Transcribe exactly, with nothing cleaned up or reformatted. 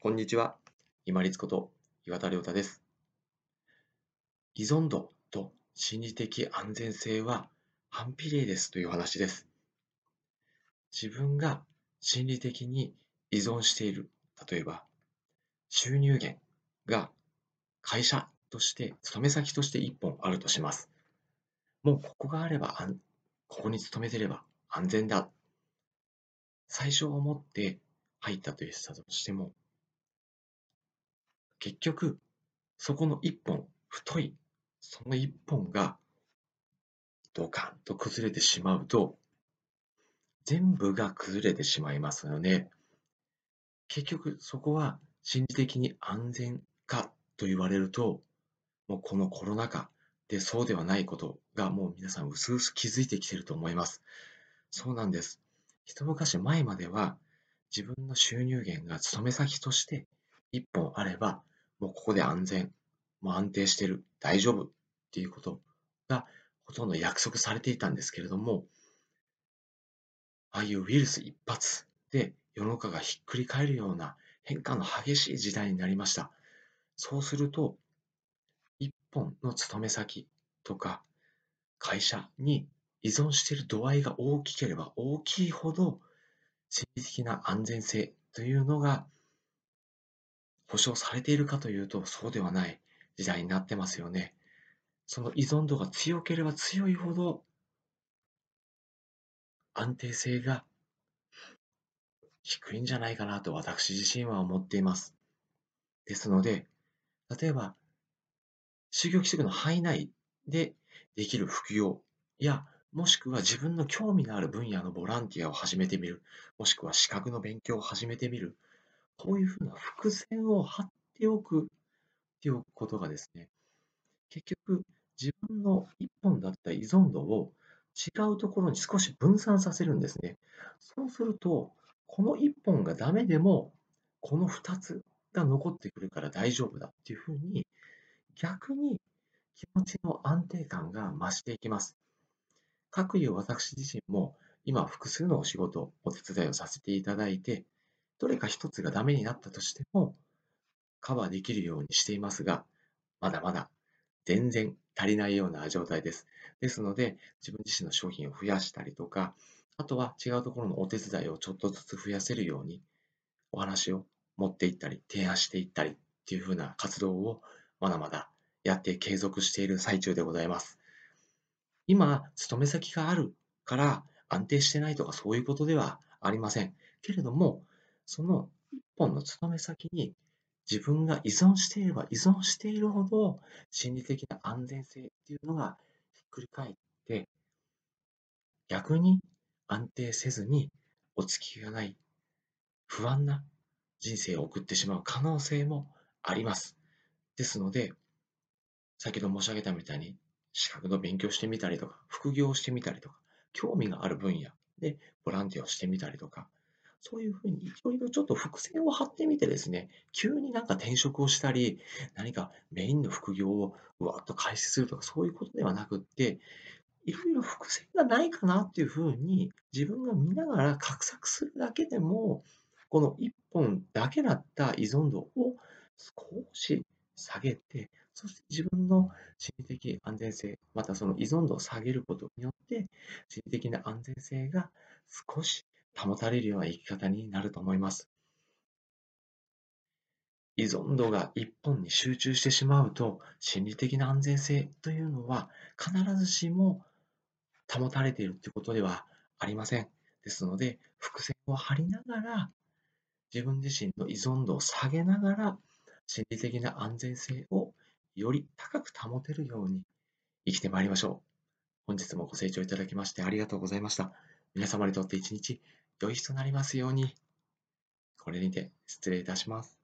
こんにちは。今立こと岩田亮太です。依存度と心理的安全性は反比例ですという話です。自分が心理的に依存している、例えば収入源が会社として、勤め先として一本あるとします。もうここがあれば安、ここに勤めてれば安全だ。最初思って入ったとしたとしても、結局そこの一本、太い、その一本がドカンと崩れてしまうと、全部が崩れてしまいますよね。結局そこは心理的に安全かと言われると、もうこのコロナ禍でそうではないことがもう皆さん薄々気づいてきていると思います。そうなんです。一昔前までは自分の収入源が勤め先として一本あれば、もうここで安全、もう安定してる、大丈夫っていうことがほとんど約束されていたんですけれども、ああいうウイルス一発で世の中がひっくり返るような変化の激しい時代になりました。そうすると、一本の勤め先とか会社に依存している度合いが大きければ大きいほど、心理的な安全性というのが保証されているかというと、そうではない時代になってますよね。その依存度が強ければ強いほど、安定性が低いんじゃないかなと私自身は思っています。ですので、例えば就業規則の範囲内でできる副業や、もしくは自分の興味のある分野のボランティアを始めてみる、もしくは資格の勉強を始めてみる、こういうふうな伏線を張っておくっていうことがですね、結局自分の一本だった依存度を違うところに少し分散させるんですね。そうすると、この一本がダメでも、この二つが残ってくるから大丈夫だっていうふうに、逆に気持ちの安定感が増していきます。かくいう私自身も、今複数のお仕事、お手伝いをさせていただいて、どれか一つがダメになったとしても、カバーできるようにしていますが、まだまだ全然足りないような状態です。ですので、自分自身の商品を増やしたりとか、あとは違うところのお手伝いをちょっとずつ増やせるように、お話を持っていったり、提案していったりっていう風な活動をまだまだやって継続している最中でございます。今、勤め先があるから安定してないとかそういうことではありません。けれども、その一本の勤め先に自分が依存していれば依存しているほど、心理的な安全性っていうのがひっくり返って、逆に安定せずに落ち着きがない不安な人生を送ってしまう可能性もあります。ですので、先ほど申し上げたみたいに、資格の勉強してみたりとか、副業をしてみたりとか、興味がある分野でボランティアをしてみたりとか、そういうふうにいろいろちょっと伏線を張ってみてですね、急になんか転職をしたり、何かメインの副業をうわっと開始するとか、そういうことではなくって、いろいろ伏線がないかなっていうふうに自分が見ながら画策するだけでも、この一本だけだった依存度を少し下げて、そして自分の心理的安全性、またその依存度を下げることによって、心理的な安全性が少し保たれるような生き方になると思います。依存度が一本に集中してしまうと、心理的な安全性というのは必ずしも保たれているということではありません。ですので、伏線を張りながら、自分自身の依存度を下げながら、心理的な安全性をより高く保てるように生きてまいりましょう。本日もご清聴いただきましてありがとうございました。皆様にとって一日良い日となりますように。これにて失礼いたします。